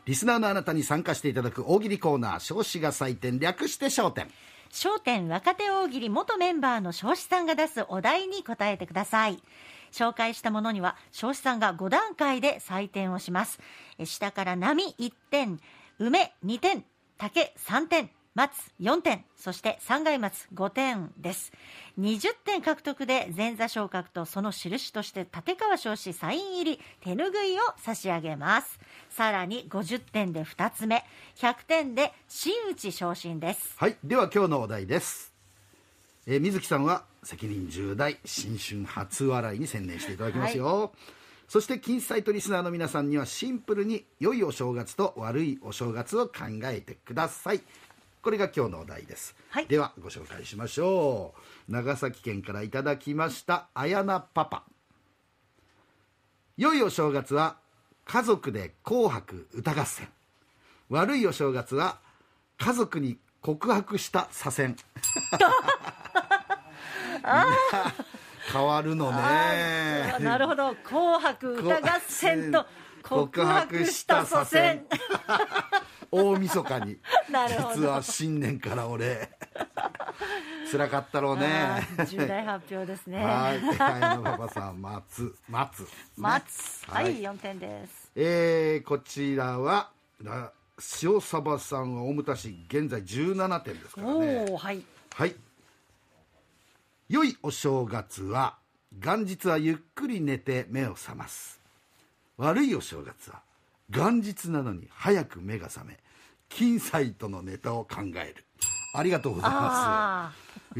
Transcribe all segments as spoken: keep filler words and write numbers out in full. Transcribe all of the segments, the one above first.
リスナーのあなたに参加していただく大喜利コーナー、少子が採点、略して笑点。 笑点若手大喜利元メンバーの少子さんが出すお題に答えてください。紹介したものには少子さんがご段階で採点をします。下から波いってん、梅にてん、竹さんてん、松よんてん、そして三階松ごてんです。にじゅってん獲得で前座昇格とその印として立川少子サイン入り手ぬぐいを差し上げます。さらにごじゅってんでふたつめ、ひゃくてんで真打ち昇進です。 はい、では今日のお題です。えー、水木さんは責任重大、新春初笑いに専念していただきますよ、はい、そして金サイトリスナーの皆さんにはシンプルに良いお正月と悪いお正月を考えてください。これが今日のお題です、はい、ではご紹介しましょう。長崎県からいただきましたあやなパパ。良いお正月は家族で紅白歌合戦。悪いお正月は家族に告白した左遷変わるのね。 なるほど、紅白歌合戦と告白した左遷大晦日に実は新年から俺辛かったろうね。 重大発表ですね。 はい、あやなパパさん、松松、ね、 松、はい、はい、よんてんです。 えー、こちらは塩サバさんは大牟田市現在じゅうななてんですからね。 お、はい、 はい、良いお正月は元日はゆっくり寝て目を覚ます。悪いお正月は元日なのに早く目が覚め金サイトのネタを考える。ありがとうございます。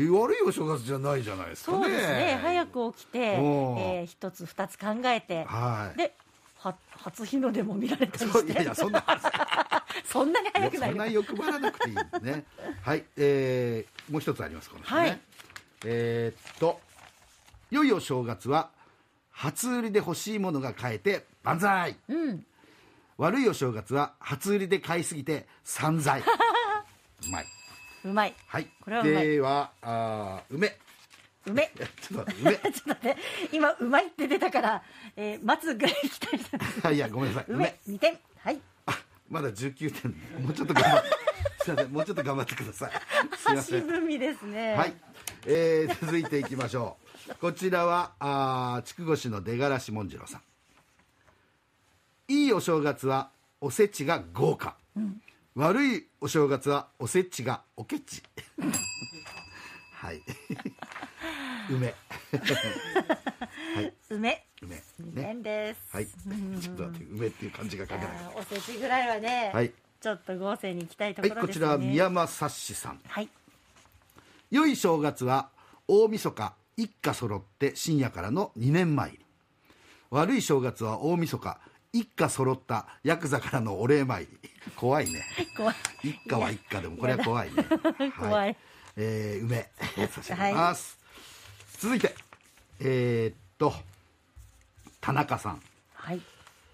え悪いお正月じゃないじゃないですかね。 そうですね、早く起きて、えー、一つ二つ考えて、はい、では初日の出も見られたりして。いやいやそんなそんなに早くない。 そんな欲張らなくていいねはい、えー、もう一つあります。この人ね、はい、えー、っと良いお正月は初売りで欲しいものが買えて万歳、うん、悪いお正月は初売りで買いすぎて散財うまいうまい、 はい、 これはうまい。 ではあ梅梅ちょっと梅ちょっと待って、今うまいって出たから、えー、松ぐらいいきたいいやごめんなさい、 梅にてん、はい、 あまだじゅうきゅうてん、もうちょっと頑張ってすいません、もうちょっと頑張ってください。すいません、 足踏みですね。 はい、えー、続いていきましょうこちらはあ筑後市の出がらしもんじろうさん。いいお正月はおせちが豪華、うん、悪いお正月はおせちがおけちはい梅はい、 梅梅にてんです、 はい、ちょっと待って、梅っていう漢字が書けない。 おせちぐらいはね、はい、ちょっと豪勢に行きたいところですね。 はい、こちらは宮山さっしさん。 はい、 良い正月は大晦日一家揃って深夜からのにねん参り。悪い正月は大晦日一家揃ったヤクザからのお礼参り。怖いね怖い、 一家は一家でもこれは怖いね怖い、 はい、えー、梅差し上げます、はい、続いてえー、っと田中さん。 はい、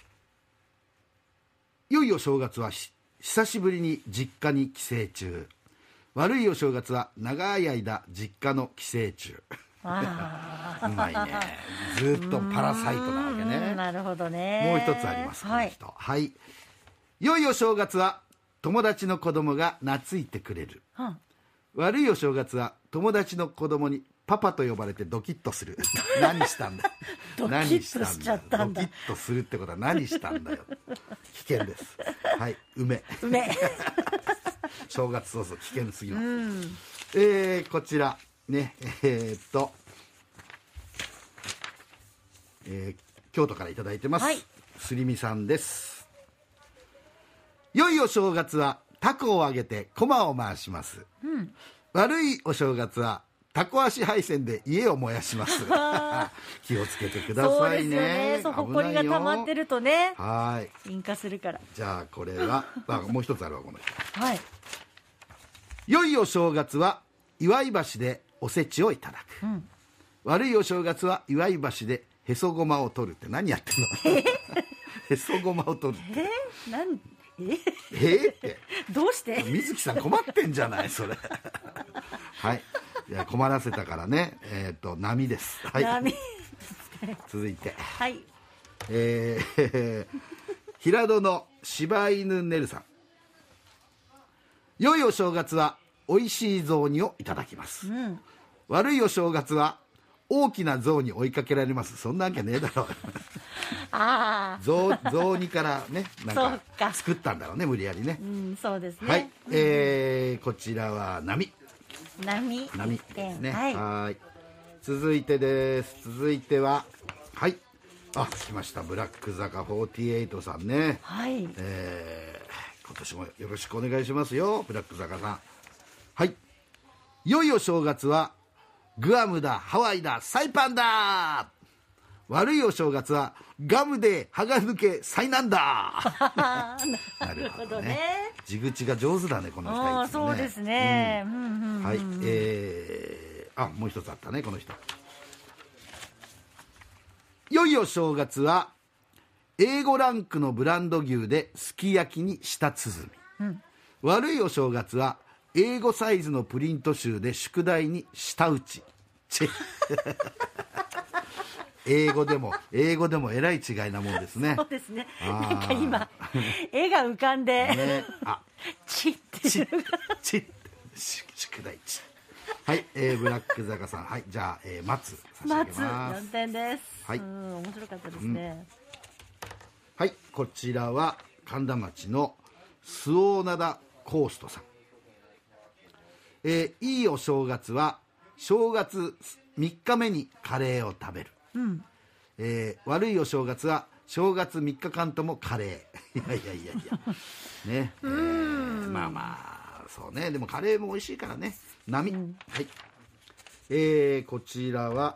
良いお正月は久しぶりに実家に帰省中。悪いお正月は長い間実家の帰省中あうまいね、ずっとパラサイトなわけね。 なるほどね。 もう一つあります、 はい、 この人。はい、良いお正月は友達の子供が懐いてくれる、うん、悪いお正月は友達の子供にパパと呼ばれてドキッとする何したんだドキッとしちゃったんだ。 ドキッとするってことは何したんだよ危険です。はい、梅梅正月早々危険すぎます、うん、えー、こちらねえー、っと、えー、京都からいただいてます、はい、すりみさんです。良いお正月はタコをあげて駒を回します、うん、悪いお正月はタコ足配線で家を燃やします気をつけてくださいね。そうですよね、そう、ほこりが溜まってるとね、はい、引火するから。じゃあこれはあもう一つあるわこの人はい、良いお正月は祝い箸でおせちをいただく、うん、悪いお正月は祝い箸でへそごまを取るって何やってんのへそごまを取るってえー、なんええー、ってどうして水木さん困ってんじゃないそれはい、いや困らせたからね、えっ、ー、と波です、はい、 波続いてはい、 えー、 平戸の柴犬ねるさん。良いお正月はおいしい雑煮をいただきます、うん、悪いお正月は大きな象に追いかけられます。そんなわけねえだろうあ象象煮からね、なんか作ったんだろうね、無理やりね、 うん、そうですね。 はい、えー、こちらは波波波ですね。 はい、 はい、続いてです続いてははい、あ、来ました、ブラック坂フォーティーエイトさんね。 はい、 えー、今年もよろしくお願いしますよ、ブラック坂さん。はい、いよいよ正月はグアムだ、ハワイだ、サイパンだ。悪いお正月はガムで歯が抜け災難だなるほどね、地口が上手だねこの人。 あ、そうですね、うんうんうん、 はい、えー、あ、もう一つあったねこの人。いよいよ正月は エーご ランクのブランド牛ですき焼きに舌鼓、うん、悪いお正月はエーごサイズのプリント集で宿題に舌打ち英語でも英語でもえらい違いなもんですね。 そうですね。なんか今絵が浮かんで、ね、あチってチチ宿題チ。はい、えー、ブラック坂さん、はい、じゃあ、えー、松差し上げます。 松よんてんです。 はい、 うん、面白かったですね、 うん、はい、こちらは神田町の周防灘コーストさん。えー、いいお正月は正月みっかめにカレーを食べる、うん、えー、悪いお正月は正月みっかかんともカレーいやいやいやいやね、えー、まあまあそうね、でもカレーも美味しいからね。波、うん、はい、えー、こちらは、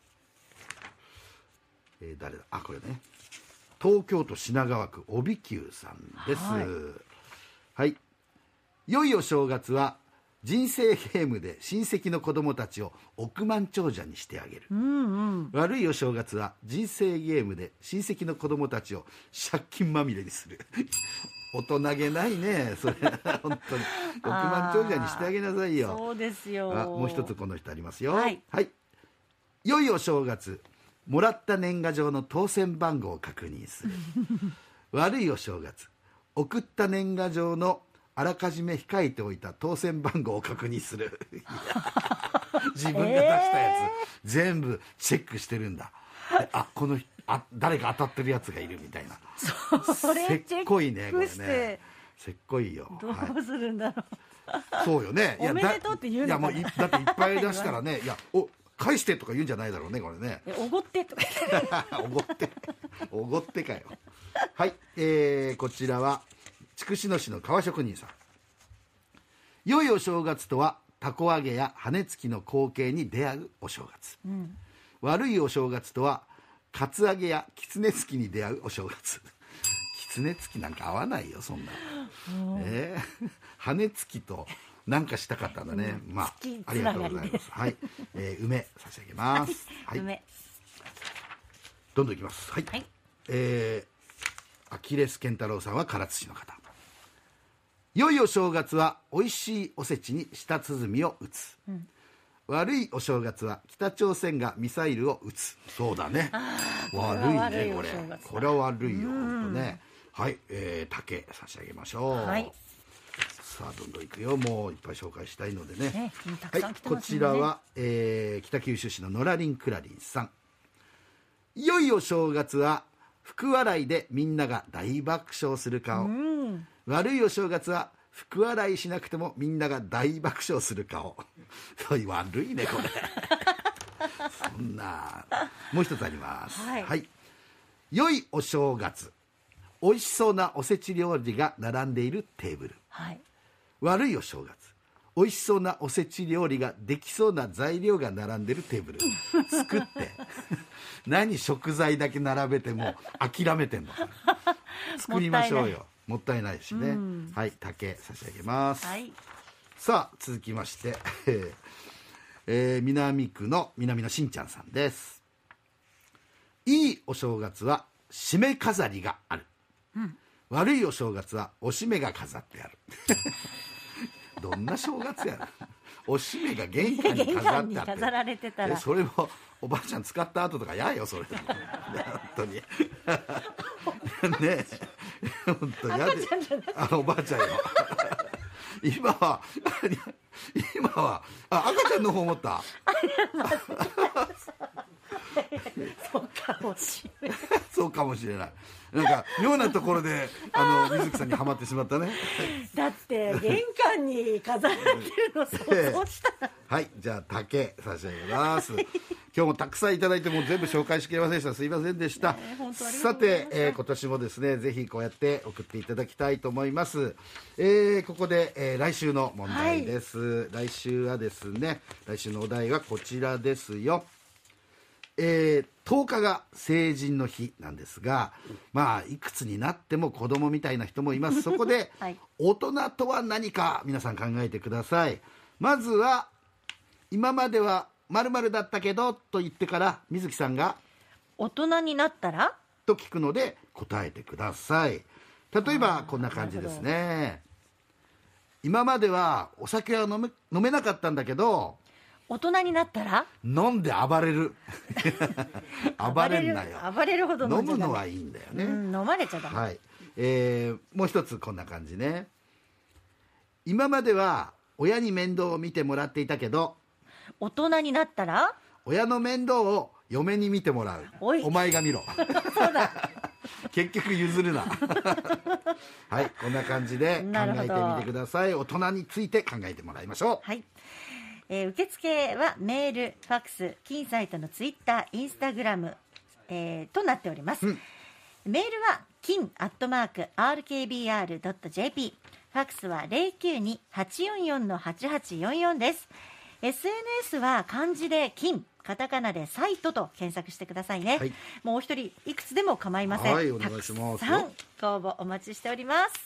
えー、誰だ、あ、これね、東京都品川区帯久さんです。はい、はい、いよいよ正月は人生ゲームで親戚の子供たちを億万長者にしてあげる、うんうん、悪いお正月は人生ゲームで親戚の子供たちを借金まみれにする大人げないねそれ本当に億万長者にしてあげなさいよ。 そうですよ。 あ、もう一つこの人ありますよ。はい、はい、いよいよ正月もらった年賀状の当選番号を確認する悪いお正月送った年賀状のあらかじめ控えておいた当選番号を確認する自分が出したやつ、えー、全部チェックしてるんだ。あ、このあ誰か当たってるやつがいるみたいな。 それせっこいねこれね。せっこいよ。 どうするんだろう、はい、 そうよね。 いやおめでとうって言うのかな。 いやもうだっていっぱい出したらねいやお返してとか言うんじゃないだろうねこれね。 おごってとかおごっておごってかよ。はい、えー、こちらは筑紫野市の革職人さん。いよいよ正月とはたこ揚げや羽根つきの光景に出会うお正月、うん、悪いお正月とはカツ揚げやキツネつきに出会うお正月キツネつきなんか合わないよそんな、えー、羽根つきとなんかしたかったんだね、うん、まあありがとうございます。はい、えー、梅差し上げます、はい、梅どんどんいきます。はい、はい、えー、アキレス健太郎さんは唐津市の方。いよいよ正月はおいしいおせちに舌鼓を打つ、うん、悪いお正月は北朝鮮がミサイルを撃つ。そうだね、悪いねこれ。これは悪いよ本当ね。はい、えー、竹差し上げましょう。はい、さあどんどんいくよ、もういっぱい紹介したいのでね。ね、たくさん来てますね。はい、こちらは、えー、北九州市ののらりんくらりんさん。いよいよ正月は福笑いでみんなが大爆笑する顔、うん、悪いお正月は福笑いしなくてもみんなが大爆笑する顔悪いねこれそんな。もう一つあります。はい、はい、良いお正月美味しそうなおせち料理が並んでいるテーブル、はい、悪いお正月美味しそうなおせち料理ができそうな材料が並んでるテーブル作って何食材だけ並べても諦めてんの作りましょうよ。もったいないしね、うん、はい、竹差し上げます、はい、さあ続きまして、えー、南区の南のしんちゃんさんです。いいお正月は締め飾りがある、うん、悪いお正月はおしめが飾ってあるどんな正月やなおしめが玄関に飾ってあって飾られてたらそれもおばあちゃん使った後とかやよそれ本当にね本当やで赤ちゃんじゃないあのおばあちゃんよ今は今はあ赤ちゃんの方思ったそうかもしれないそうかもしれないなんか妙なところであの水木さんにはまってしまったねだって玄関に飾られてるの想像したらはいじゃあ竹差し上げます今日もたくさんいただいてもう全部紹介しきれませんでしたすいませんでした、 えー本当ありがとうございましたさて、えー今年もですねぜひこうやって送っていただきたいと思います、えーここで、えー来週の問題です、来週はですね来週のお題はこちらですよえーとおかが成人の日なんですが、まあいくつになっても子供みたいな人もいますそこで、 はい大人とは何か皆さん考えてください。まずは今までは〇〇だったけどと言ってから水木さんが大人になったらと聞くので答えてください。例えばこんな感じですね。今まではお酒は飲め、飲めなかったんだけど大人になったら飲んで暴れる暴れんなよ暴れるほど飲んじゃダメ飲むのはいいんだよね、 うん、飲まれちゃダメ、 はい、えーもう一つこんな感じね。今までは親に面倒を見てもらっていたけど大人になったら親の面倒を嫁に見てもらう。 おいお前が見ろそうだ結局譲るなはいこんな感じで考なるほどえてみてください。大人について考えてもらいましょう。 はい、えー受付はメール、ファックス、金サイトのツイッター、インスタグラム、えーとなっております、 うんメールは金アットマーク アールケービーアールドットジェーピー、ファックスは ゼロきゅうに はちよんよん はちはちよんよん です。 エスエヌエス は漢字で金、カタカナでサイトと検索してくださいね、 はいもうお一人いくつでも構いません。 はいお願いしますたくさんご応募お待ちしております。